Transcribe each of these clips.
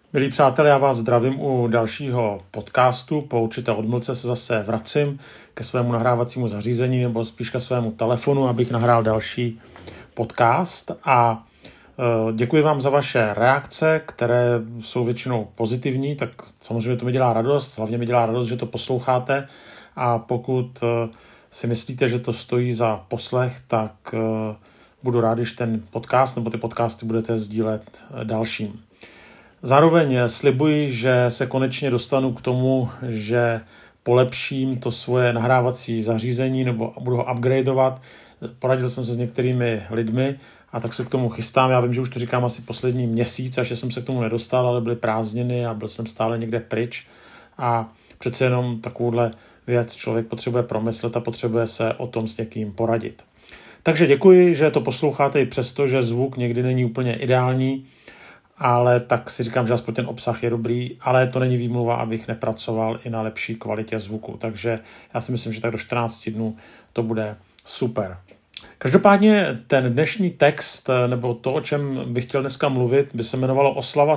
Milí přátelé, já vás zdravím u dalšího podcastu. Po určité odmlce se zase vracím ke svému nahrávacímu zařízení nebo spíš ke svému telefonu, abych nahrál další podcast. A děkuji vám za vaše reakce, které jsou většinou pozitivní, tak samozřejmě to mi dělá radost. Hlavně mi dělá radost, že to posloucháte. A pokud si myslíte, že to stojí za poslech, tak budu rád, když ten podcast nebo ty podcasty budete sdílet dalším. Zároveň slibuji, že se konečně dostanu k tomu, že polepším to svoje nahrávací zařízení nebo budu ho upgradeovat. Poradil jsem se s některými lidmi a tak se k tomu chystám. Já vím, že už to říkám asi poslední měsíc, až jsem se k tomu nedostal, ale byly prázdniny a byl jsem stále někde pryč. A přece jenom takovouhle věc člověk potřebuje promyslet a potřebuje se o tom s někým poradit. Takže děkuji, že to posloucháte i přesto, že zvuk někdy není úplně ideální, ale tak si říkám, že aspoň ten obsah je dobrý, ale to není výmluva, abych nepracoval i na lepší kvalitě zvuku. Takže já si myslím, že tak do 14 dnů to bude super. Každopádně ten dnešní text, nebo to, o čem bych chtěl dneska mluvit, by se jmenovalo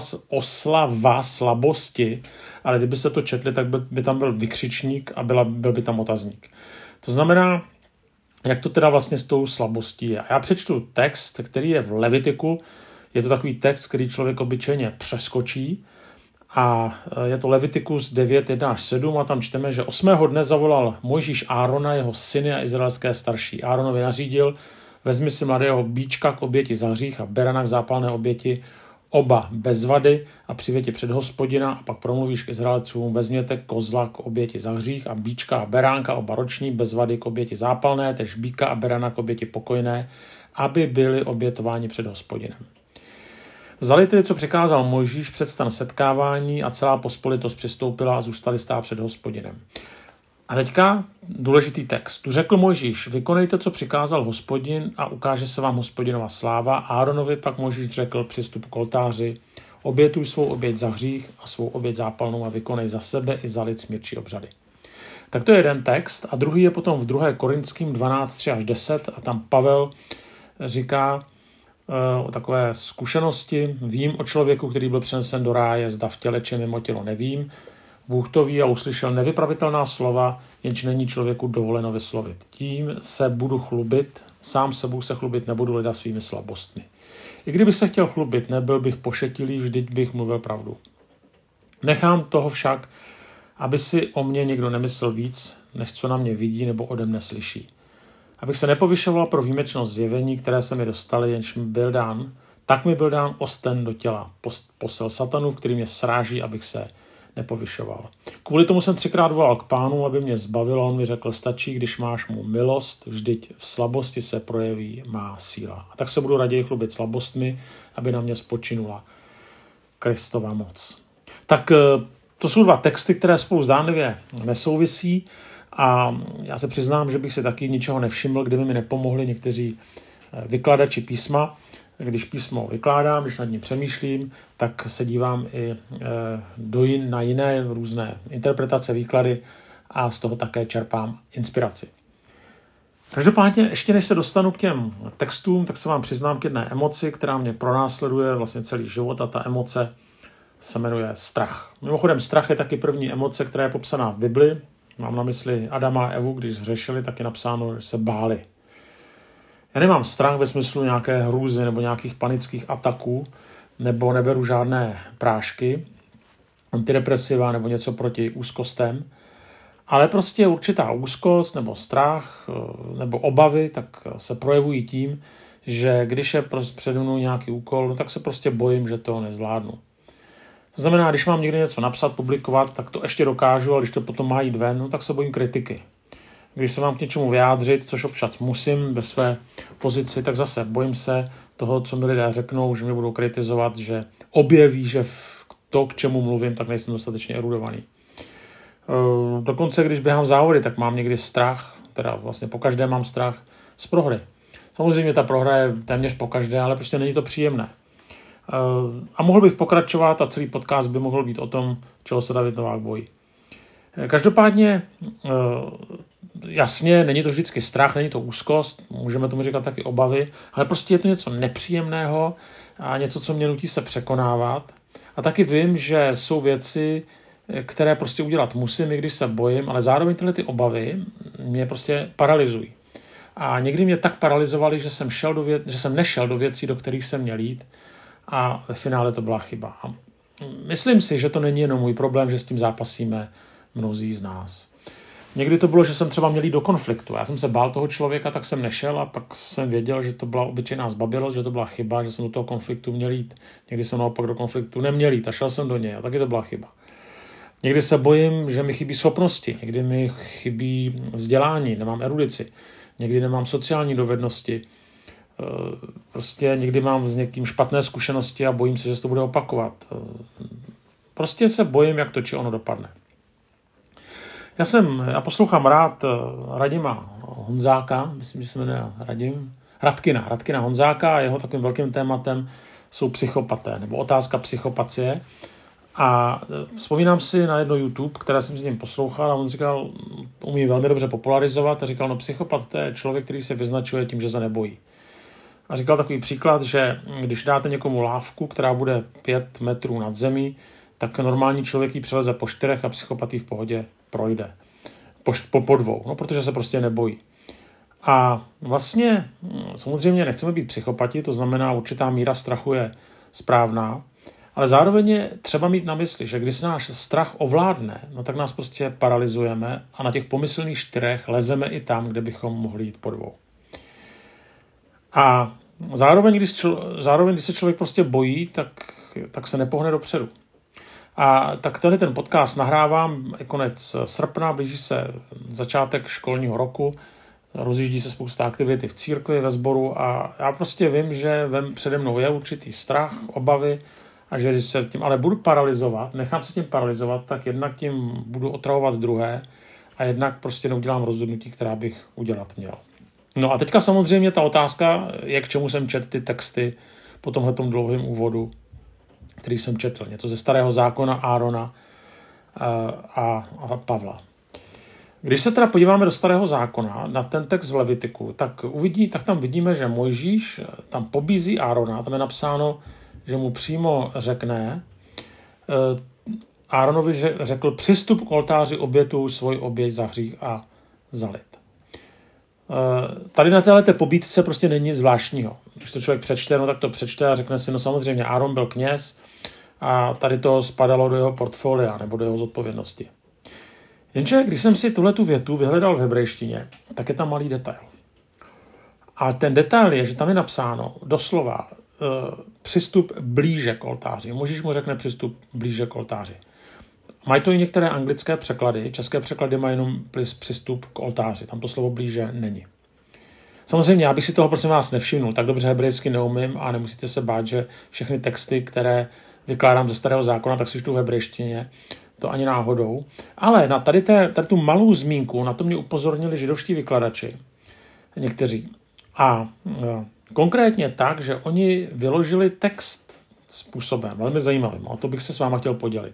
Oslava slabosti, ale kdyby se to četli, tak by tam byl vykřičník a byl by tam otazník. To znamená, jak to teda vlastně s tou slabostí je. Já přečtu text, který je v Levitiku. Je to takový text, který člověk obyčejně přeskočí a je to Levitikus 9:1-7 a tam čteme, že 8. dne zavolal Mojžíš Árona, jeho syny a izraelské starší. Áronovi nařídil, vezmi si mladého býčka k oběti za hřích a berana k zápalné oběti, oba bez vady a přivěď je před Hospodina a pak promluvíš k Izraelcům, vezměte kozla k oběti za hřích a býčka a beránka oba roční bez vady k oběti zápalné, tež býka a berana k oběti pokojné, aby byli obětováni před Hospodinem. Vzali tedy, co přikázal Mojžíš před stan setkávání a celá pospolitost přistoupila a zůstali stát před Hospodinem. A teďka důležitý text. Tu řekl Mojžíš, vykonejte, co přikázal Hospodin a ukáže se vám Hospodinova sláva. Áronovi pak Mojžíš řekl, přistup k oltáři, obětuj svou oběť za hřích a svou oběť zápalnou a vykonej za sebe i za lid smírčí obřady. Tak to je jeden text a druhý je potom v 2. Korinským 12:3-10 a tam Pavel říká o takové zkušenosti. Vím o člověku, který byl přenesen do ráje, zda v těle či mimo tělo nevím. Bůh to ví a uslyšel nevypravitelná slova, jenž není člověku dovoleno vyslovit. Tím se budu chlubit, sám sebou se chlubit nebudu, leda svými slabostmi. I kdybych se chtěl chlubit, nebyl bych pošetilý, vždyť bych mluvil pravdu. Nechám toho však, aby si o mě někdo nemyslel víc, než co na mě vidí nebo ode mne slyší. Abych se nepovyšoval pro výjimečnost zjevení, které se mi dostaly, jenž mi byl dán, tak mi byl dán osten do těla. Posel satanu, který mě sráží, abych se nepovyšoval. Kvůli tomu jsem 3krát volal k Pánu, aby mě zbavil a on mi řekl, stačí, když máš mu milost, vždyť v slabosti se projeví má síla. A tak se budu raději chlubit slabostmi, aby na mě spočinula Kristova moc. Tak to jsou dva texty, které spolu zdánlivě nesouvisí. A já se přiznám, že bych si taky ničeho nevšiml, kdyby mi nepomohli někteří vykladači písma. Když písmo vykládám, když nad ním přemýšlím, tak se dívám i na jiné různé interpretace, výklady a z toho také čerpám inspiraci. Každopádně, ještě než se dostanu k těm textům, tak se vám přiznám k jedné emoci, která mě pronásleduje vlastně celý život a ta emoce se jmenuje strach. Mimochodem, strach je taky první emoce, která je popsaná v Bibli. Mám na mysli Adama a Evu, když zhřešili, tak je napsáno, že se báli. Já nemám strach ve smyslu nějaké hrůzy nebo nějakých panických ataků, nebo neberu žádné prášky, antidepresiva nebo něco proti úzkostem, ale prostě určitá úzkost nebo strach nebo obavy tak se projevují tím, že když je přede mnou nějaký úkol, tak se prostě bojím, že to nezvládnu. To znamená, když mám někde něco napsat, publikovat, tak to ještě dokážu, ale když to potom má jít ven, no, tak se bojím kritiky. Když se mám k něčemu vyjádřit, což občas musím ve své pozici, tak zase bojím se toho, co mi lidé řeknou, že mě budou kritizovat, že objeví, že to, k čemu mluvím, tak nejsem dostatečně erudovaný. Dokonce, když běhám závody, tak mám někdy strach, teda vlastně pokaždé mám strach z prohry. Samozřejmě ta prohra je téměř pokaždé, ale prostě není to příjemné. A mohl bych pokračovat a celý podcast by mohl být o tom, čeho se David Novák bojí. Každopádně, jasně, není to vždycky strach, není to úzkost, můžeme tomu říkat taky obavy, ale prostě je to něco nepříjemného a něco, co mě nutí se překonávat. A taky vím, že jsou věci, které prostě udělat musím, i když se bojím, ale zároveň tyhle ty obavy mě prostě paralyzují. A někdy mě tak paralyzovaly, že jsem nešel do věcí, do kterých jsem měl jít, a ve finále to byla chyba. A myslím si, že to není jenom můj problém, že s tím zápasíme mnozí z nás. Někdy to bylo, že jsem třeba měl jít do konfliktu. Já jsem se bál toho člověka, tak jsem nešel a pak jsem věděl, že to byla obyčejná zbabilost, že to byla chyba, že jsem do toho konfliktu měl jít. Někdy jsem naopak do konfliktu neměl jít a šel jsem do něj a taky to byla chyba. Někdy se bojím, že mi chybí schopnosti, někdy mi chybí vzdělání, nemám erudici, někdy nemám sociální dovednosti, prostě někdy mám s někým špatné zkušenosti a bojím se, že se to bude opakovat. Prostě se bojím, jak to či ono dopadne. Já poslouchám rád Radima Honzáka, myslím, že se jmenuje Radkina Honzáka, a jeho takovým velkým tématem jsou psychopaté, nebo otázka psychopatie. A vzpomínám si na jedno YouTube, které jsem s ním poslouchal, a on říkal, umí velmi dobře popularizovat, a říkal, no psychopat to je člověk, který se vyznačuje tím, že se nebojí. A říkal takový příklad, že když dáte někomu lávku, která bude 5 metrů nad zemí, tak normální člověk ji přeleze po 4 a psychopat ji v pohodě projde. Po 2, no, protože se prostě nebojí. A vlastně samozřejmě nechceme být psychopati, to znamená určitá míra strachu je správná, ale zároveň je třeba mít na mysli, že když se náš strach ovládne, no tak nás prostě paralyzujeme a na těch pomyslných 4 lezeme i tam, kde bychom mohli jít po 2. A zároveň, když se člověk prostě bojí, tak se nepohne dopředu. A tak tady ten podcast nahrávám, je konec srpna, blíží se začátek školního roku, rozjíždí se spousta aktivity v církvi, ve sboru, a já prostě vím, že přede mnou je určitý strach, obavy, a že když se tím ale budu paralyzovat, nechám se tím paralyzovat, tak jednak tím budu otravovat druhé a jednak prostě neudělám rozhodnutí, která bych udělat měl. No a teďka samozřejmě ta otázka je, k čemu jsem četl ty texty po tomhletom dlouhém úvodu, který jsem četl. Něco ze Starého zákona Árona a Pavla. Když se teda podíváme do Starého zákona na ten text v Levitiku, tak tam vidíme, že Mojžíš tam pobízí Árona, tam je napsáno, že mu přímo řekne, Áronovi řekl, přistup k oltáři obětuj svůj oběť za hřích a za lid. Tady na této pobídce prostě není nic zvláštního. Když to člověk přečte, no tak to přečte a řekne si, no samozřejmě Áron byl kněz a tady to spadalo do jeho portfolia nebo do jeho zodpovědnosti. Jenže když jsem si tuhletu větu vyhledal v hebrejštině, tak je tam malý detail. A ten detail je, že tam je napsáno doslova přistup blíže k oltáři. Možíš mu řekne přistup blíže k oltáři. Mají to i některé anglické překlady, české překlady mají jenom přistup k oltáři. Tam to slovo blíže není. Samozřejmě, já bych si toho prosím vás nevšimnul, tak dobře hebrejsky neumím a nemusíte se bát, že všechny texty, které vykládám ze Starého zákona, tak si čtu v hebrejštině, to ani náhodou. Ale na tady tu malou zmínku, na to mě upozornili židovští vykladači, někteří. A konkrétně tak, že oni vyložili text způsobem velmi zajímavým, o to bych se s váma chtěl podělit.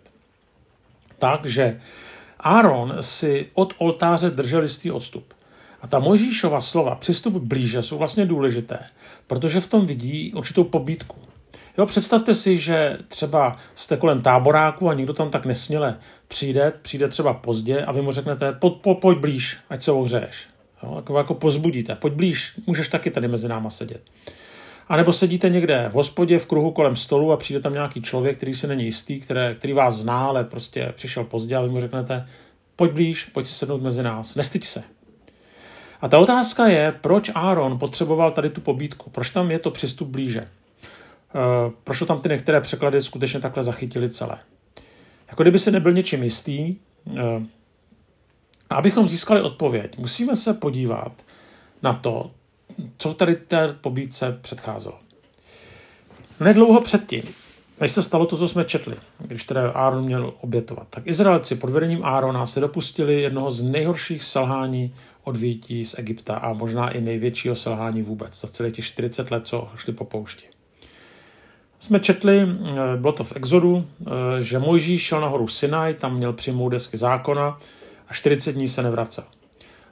Takže Áron si od oltáře držel jistý odstup. A ta Mojžíšova slova přistup blíže jsou vlastně důležité, protože v tom vidí určitou pobídku. Jo, představte si, že třeba jste kolem táboráku a někdo tam tak nesměle přijde třeba pozdě a vy mu řeknete, pojď blíž, ať se ohřeješ. Jo, jako pozbudíte, pojď blíž, můžeš taky tady mezi náma sedět. A nebo sedíte někde v hospodě v kruhu kolem stolu a přijde tam nějaký člověk, který si není jistý, který vás zná, ale prostě přišel pozdě a vy mu řeknete, pojď blíž, pojď si sednout mezi nás, nestyď se. A ta otázka je, proč Áron potřeboval tady tu pobídku, proč tam je to přístup blíže. Proč tam ty některé překlady skutečně takhle zachytili celé. Jako kdyby si nebyl něčím jistý. A abychom získali odpověď, musíme se podívat na to, co tady té pobídce předcházelo. Nedlouho předtím, než se stalo to, co jsme četli, když teda Áron měl obětovat, tak Izraelci pod vedením Árona se dopustili jednoho z nejhorších selhání od vyjití z Egypta a možná i největšího selhání vůbec za celých těch 40 let, co šli po poušti. Jsme četli, bylo to v Exodu, že Mojžíš šel na horu Sinaj, tam měl přijmout desky zákona a 40 dní se nevracel.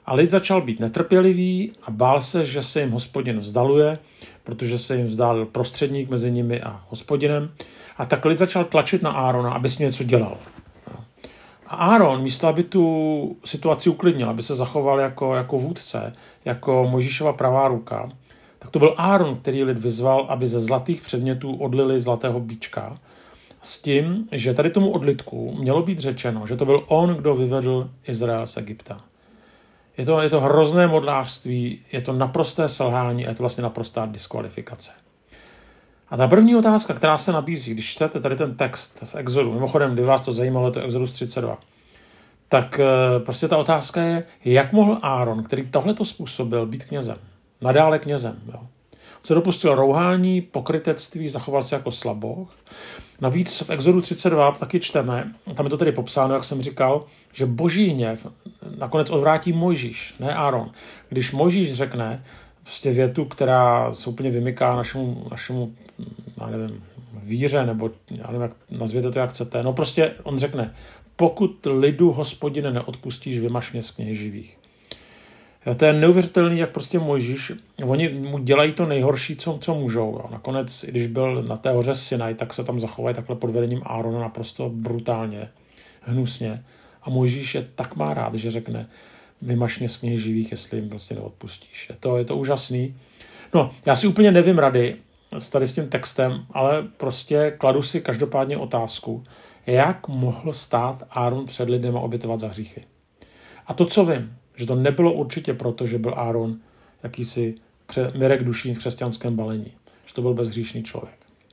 A lid začal být netrpělivý a bál se, že se jim Hospodin vzdaluje, protože se jim vzdálil prostředník mezi nimi a Hospodinem. A tak lid začal tlačit na Árona, aby si něco dělal. A Áron, místo aby tu situaci uklidnil, aby se zachoval jako vůdce, jako Mojžíšova pravá ruka, tak to byl Áron, který lid vyzval, aby ze zlatých předmětů odlili zlatého býčka, s tím, že tady tomu odlitku mělo být řečeno, že to byl on, kdo vyvedl Izrael z Egypta. Je to hrozné modlářství, je to naprosté selhání a je to vlastně naprostá diskvalifikace. A ta první otázka, která se nabízí, když čtete tady ten text v Exodu, mimochodem, kdyby vás to zajímalo, to je Exodus 32, tak prostě ta otázka je, jak mohl Áron, který tohleto způsobil, být knězem, nadále knězem. Jo? Se dopustil rouhání, pokrytectví, zachoval se jako slaboch. Navíc v Exodu 32 taky čteme, tam je to tedy popsáno, jak jsem říkal, že boží hněv nakonec odvrátí Mojžíš, ne Áron. Když Mojžíš řekne prostě větu, která se úplně vymyká našemu já nevím, víře, nebo já nevím, jak nazvěte to, jak chcete. No prostě on řekne, pokud lidu Hospodine neodpustíš, vymaž mě z knih živých. To je neuvěřitelný, jak prostě Mojžíš, oni mu dělají to nejhorší, co můžou. Jo. Nakonec, když byl na té hoře Sinaj, tak se tam zachovají takhle pod vedením Árona naprosto brutálně, hnusně. A Mojžíš je tak má rád, že řekne, vymaž mě z knih živých, jestli jim prostě neodpustíš. Je to úžasný. No, já si úplně nevím rady tady s tím textem, ale prostě kladu si každopádně otázku, jak mohl stát Áron před lidem a obětovat za hříchy. A to, co vím, že to nebylo určitě proto, že byl Áron jakýsi mirek duší v křesťanském balení, že to byl bezhříšný člověk.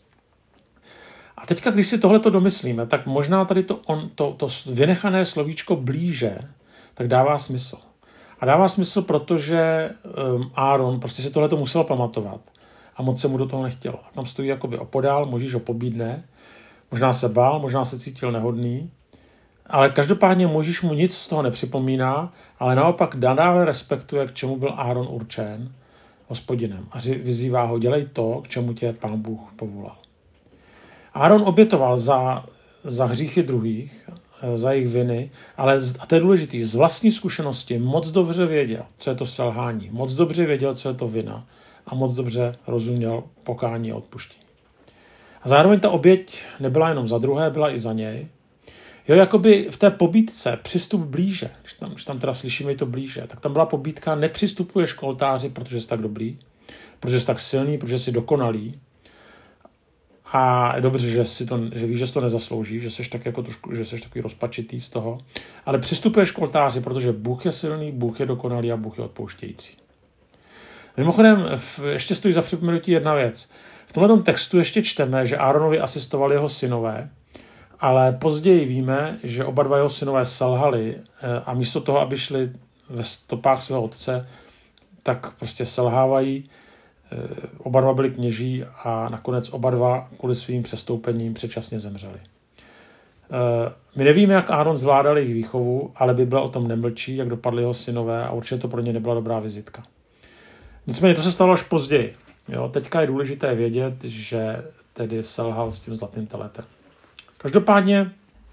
A teďka, když si tohleto domyslíme, tak možná tady to vynechané slovíčko blíže, tak dává smysl. A dává smysl, protože Áron prostě si tohleto musel pamatovat a moc se mu do toho nechtělo. Tam stojí jakoby opodál, Mojžíš ho pobídne, možná se bál, možná se cítil nehodný, ale každopádně Mojžíš mu nic z toho nepřipomíná, ale naopak nadále respektuje, k čemu byl Áron určen Hospodinem a vyzývá ho, dělej to, k čemu tě Pán Bůh povolal. Áron obětoval za hříchy druhých, za jejich viny, ale, a to je důležitý, z vlastní zkušenosti moc dobře věděl, co je to selhání, moc dobře věděl, co je to vina a moc dobře rozuměl pokání a odpuštění. A zároveň ta oběť nebyla jenom za druhé, byla i za něj. Jo, jakoby v té pobídce přistup blíže, když tam teda slyšíme to blíže, tak tam byla pobídka, nepřistupuješ k oltáři, protože jsi tak dobrý, protože jsi tak silný, protože jsi dokonalý. A je dobře, že víš, že jsi to nezaslouží, že jsi tak jako trošku, že jsi takový rozpačitý z toho. Ale přistupuješ k oltáři, protože Bůh je silný, Bůh je dokonalý a Bůh je odpouštějící. Mimochodem, ještě stojí za připomenutí jedna věc. V tomhle textu ještě čteme, že Áronovi asistovali jeho synové, ale později víme, že oba dva jeho synové selhali a místo toho, aby šli ve stopách svého otce, tak prostě selhávají. Oba dva byli kněží a nakonec oba dva kvůli svým přestoupením předčasně zemřeli. My nevíme, jak Áron zvládal jejich výchovu, ale Bible o tom nemlčí, jak dopadly jeho synové a určitě to pro ně nebyla dobrá vizitka. Nicméně to se stalo až později. Jo, teďka je důležité vědět, že tedy selhal s tím zlatým teletem. Každopádně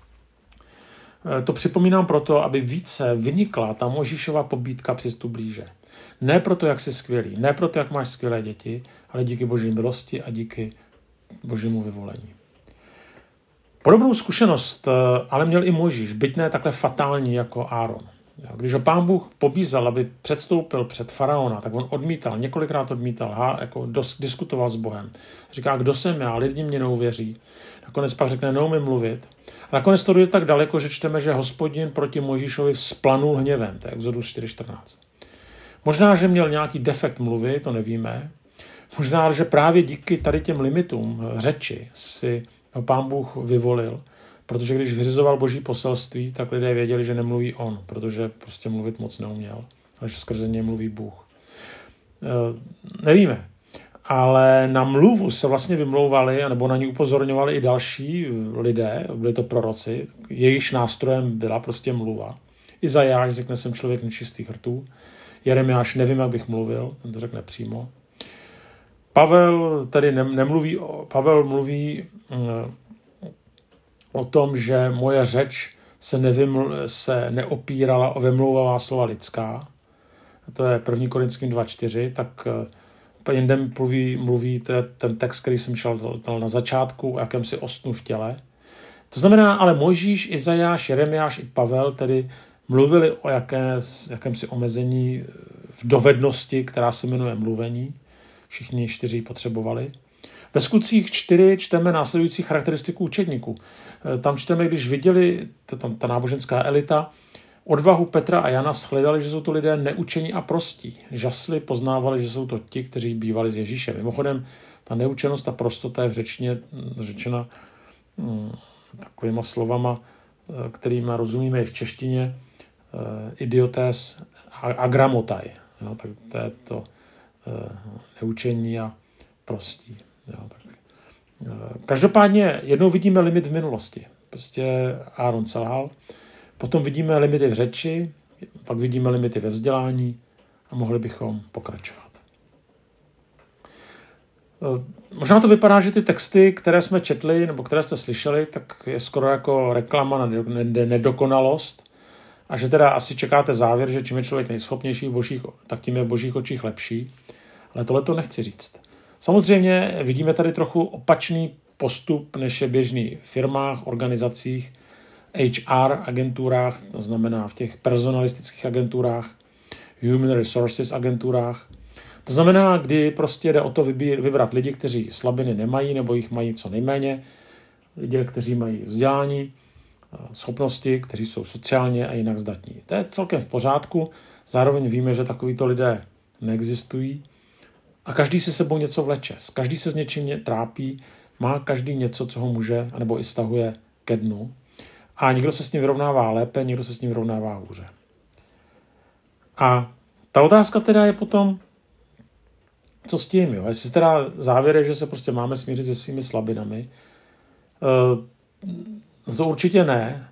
to připomínám proto, aby více vynikla ta Mojžíšova pobídka přistup blíže. Ne proto, jak jsi skvělý, ne proto, jak máš skvělé děti, ale díky boží milosti a díky božímu vyvolení. Podobnou zkušenost ale měl i Mojžíš, byť ne takhle fatální jako Áron. Když ho Pán Bůh pobízel, aby předstoupil před faraona, tak on odmítal, několikrát odmítal, diskutoval s Bohem. Říká, kdo jsem já, lidi mě neuvěří. Nakonec pak řekne, neumím mluvit. A nakonec to jde tak daleko, že čteme, že Hospodin proti Mojžíšovi vzplanul hněvem, to je Exodus 4.14. Možná, že měl nějaký defekt mluvy, to nevíme. Možná, že právě díky tady těm limitům řeči si ho Pán Bůh vyvolil, protože když vyřizoval boží poselství, tak lidé věděli, že nemluví on, protože prostě mluvit moc neuměl, ale že skrze něj mluví Bůh. Nevíme, ale na mluvu se vlastně vymlouvali, nebo na ní upozorňovali i další lidé, byli to proroci, jejichž nástrojem byla prostě mluva. Izajáš řekne, jsem člověk nečistých rtů, Jeremiáš, nevím, jak bych mluvil, ten to řekne přímo. Pavel tedy Pavel mluví o tom, že moje řeč se neopírala o vymlouvavá slova lidská, to je 1. Korinským 2.4, tak jinde mluví ten text, který jsem šel na začátku, o jakémsi ostnu v těle. To znamená, ale Mojžíš, Izajáš, Jeremiáš i Pavel tedy mluvili o jakémsi omezení v dovednosti, která se jmenuje mluvení. Všichni 4 potřebovali. Ve Skutcích 4 čteme následující charakteristiku učedníků. Tam čteme, když viděli ta náboženská elita, odvahu Petra a Jana, shledali, že jsou to lidé neučení a prostí. Žasli, poznávali, že jsou to ti, kteří bývali s Ježíšem. Mimochodem, ta neučenost a prostota je v řečtině řečena takovýma slovama, kterými rozumíme i v češtině, idiotes a gramotaj. Jo, tak to je to neučení a prostí. Jo, tak. Každopádně jednou vidíme limit v minulosti. Prostě Áron selhal. Potom vidíme limity v řeči, pak vidíme limity ve vzdělání a mohli bychom pokračovat. Možná to vypadá, že ty texty, které jsme četli nebo které jste slyšeli, tak je skoro jako reklama na nedokonalost a že teda asi čekáte závěr, že čím je člověk nejschopnější v božích, tak tím je v božích očích lepší. Ale tohle to nechci říct. Samozřejmě vidíme tady trochu opačný postup, než je běžný v firmách, organizacích, HR agenturách, to znamená v těch personalistických agenturách, human resources agenturách. To znamená, kdy prostě jde o to vybrat lidi, kteří slabiny nemají nebo jich mají co nejméně, lidi, kteří mají vzdělání, schopnosti, kteří jsou sociálně a jinak zdatní. To je celkem v pořádku, zároveň víme, že takovýto lidé neexistují a každý si sebou něco vleče, každý se s něčím trápí, má každý něco, co ho může, anebo i stahuje ke dnu. A někdo se s ním vyrovnává lépe, někdo se s ním vyrovnává hůře. A ta otázka teda je potom, co s tím, jo? Jestli teda závěr je, že se prostě máme smířit se svými slabinami, to určitě ne.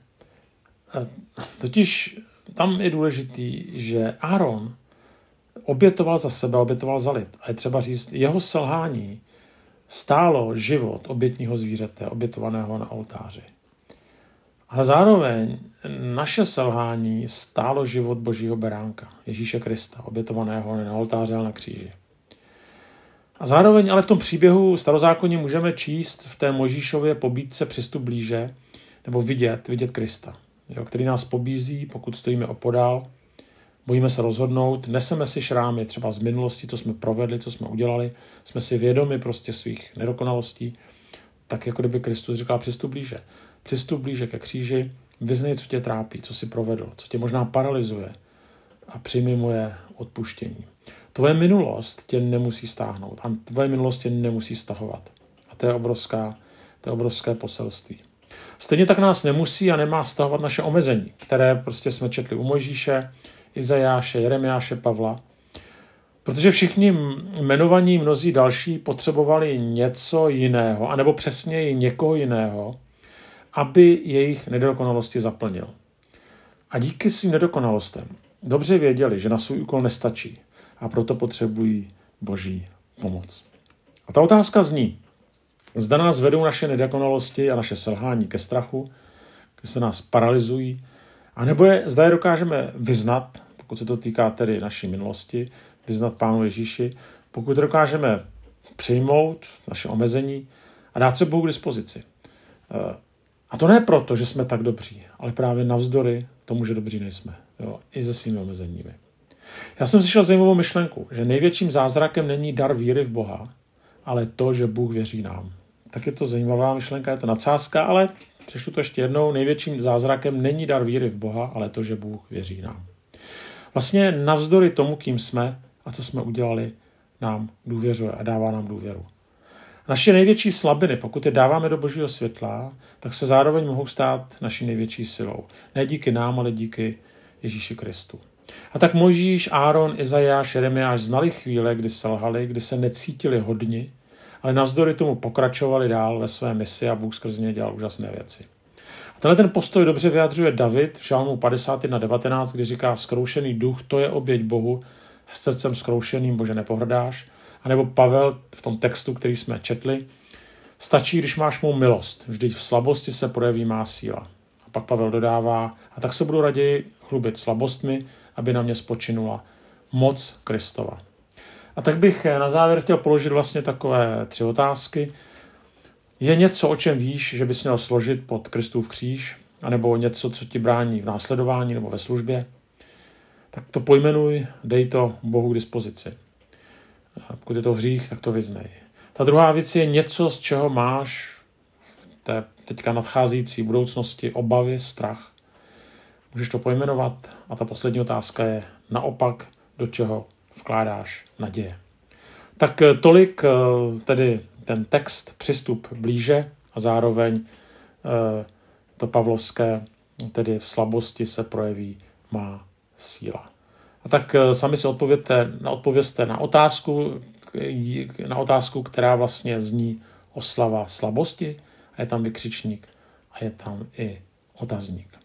Totiž tam je důležitý, že Áron obětoval za sebe, obětoval za lid. A je třeba říct, jeho selhání stálo život obětního zvířete, obětovaného na oltáři. Ale zároveň naše selhání stálo život božího beránka, Ježíše Krista, obětovaného ne na oltáři, ale na kříži. A zároveň ale v tom příběhu starozákonní můžeme číst v té Mojžíšově pobídce Přistup blíže, nebo vidět Krista, jo, který nás pobízí, pokud stojíme opodál, bojíme se rozhodnout, neseme si šrámy třeba z minulosti, co jsme provedli, co jsme udělali, jsme si vědomi prostě svých nedokonalostí, tak jako kdyby Kristus říkal Přistup blíže ke kříži, vyznej, co tě trápí, co jsi provedl, co tě možná paralyzuje a přijmi moje odpuštění. Tvoje minulost tě nemusí stáhnout a tvoje minulost tě nemusí stahovat. A to je obrovské poselství. Stejně tak nás nemusí a nemá stahovat naše omezení, které prostě jsme četli u Mojžíše, Izajáše, Jeremiáše, Pavla. Protože všichni jmenovaní mnozí další potřebovali něco jiného, anebo přesněji někoho jiného, aby jejich nedokonalosti zaplnil. A díky svým nedokonalostem dobře věděli, že na svůj úkol nestačí a proto potřebují boží pomoc. A ta otázka zní, zda nás vedou naše nedokonalosti a naše selhání ke strachu, když se nás paralyzují, anebo zda je dokážeme vyznat, pokud se to týká tedy naší minulosti, vyznat Pánu Ježíši, pokud dokážeme přijmout naše omezení a dát se Bohu k dispozici. A to ne proto, že jsme tak dobří, ale právě navzdory tomu, že dobří nejsme. Jo, i se svými omezeními. Já jsem slyšel zajímavou myšlenku, že největším zázrakem není dar víry v Boha, ale to, že Bůh věří nám. Tak je to zajímavá myšlenka, je to nadsázka, ale přečtu to ještě jednou. Největším zázrakem není dar víry v Boha, ale to, že Bůh věří nám. Vlastně navzdory tomu, kým jsme a co jsme udělali, nám důvěřuje a dává nám důvěru. Naše největší slabiny, pokud je dáváme do božího světla, tak se zároveň mohou stát naší největší silou. Ne díky nám, ale díky Ježíši Kristu. A tak Mojžíš, Áron, Izajáš, Jeremiáš znali chvíle, kdy selhali, kdy se necítili hodni, ale navzdory tomu pokračovali dál ve své misi a Bůh skrze ně dělal úžasné věci. A tenhle ten postoj dobře vyjadřuje David v Žalmu 51:19, kdy říká: zkroušený duch, to je oběť Bohu, s srdcem zkroušeným Bože nepohrdáš. A nebo Pavel v tom textu, který jsme četli: stačí, když máš mou milost, vždyť v slabosti se projeví má síla. A pak Pavel dodává: a tak se budu raději chlubit slabostmi, aby na mě spočinula moc Kristova. A tak bych na závěr chtěl položit vlastně takové 3 otázky. Je něco, o čem víš, že bys měl složit pod Kristův kříž, anebo něco, co ti brání v následování nebo ve službě? Tak to pojmenuj, dej to Bohu k dispozici. A pokud je to hřích, tak to vyznej. Ta druhá věc je něco, z čeho máš v té teďka nadcházející budoucnosti obavy, strach. Můžeš to pojmenovat. A ta poslední otázka je naopak, do čeho vkládáš naděje. Tak tolik tedy ten text Přistup blíže a zároveň to pavlovské, tedy v slabosti se projeví má síla. A tak sami si odpovězte na otázku, která vlastně zní oslava slabosti, a je tam vykřičník a je tam i otazník.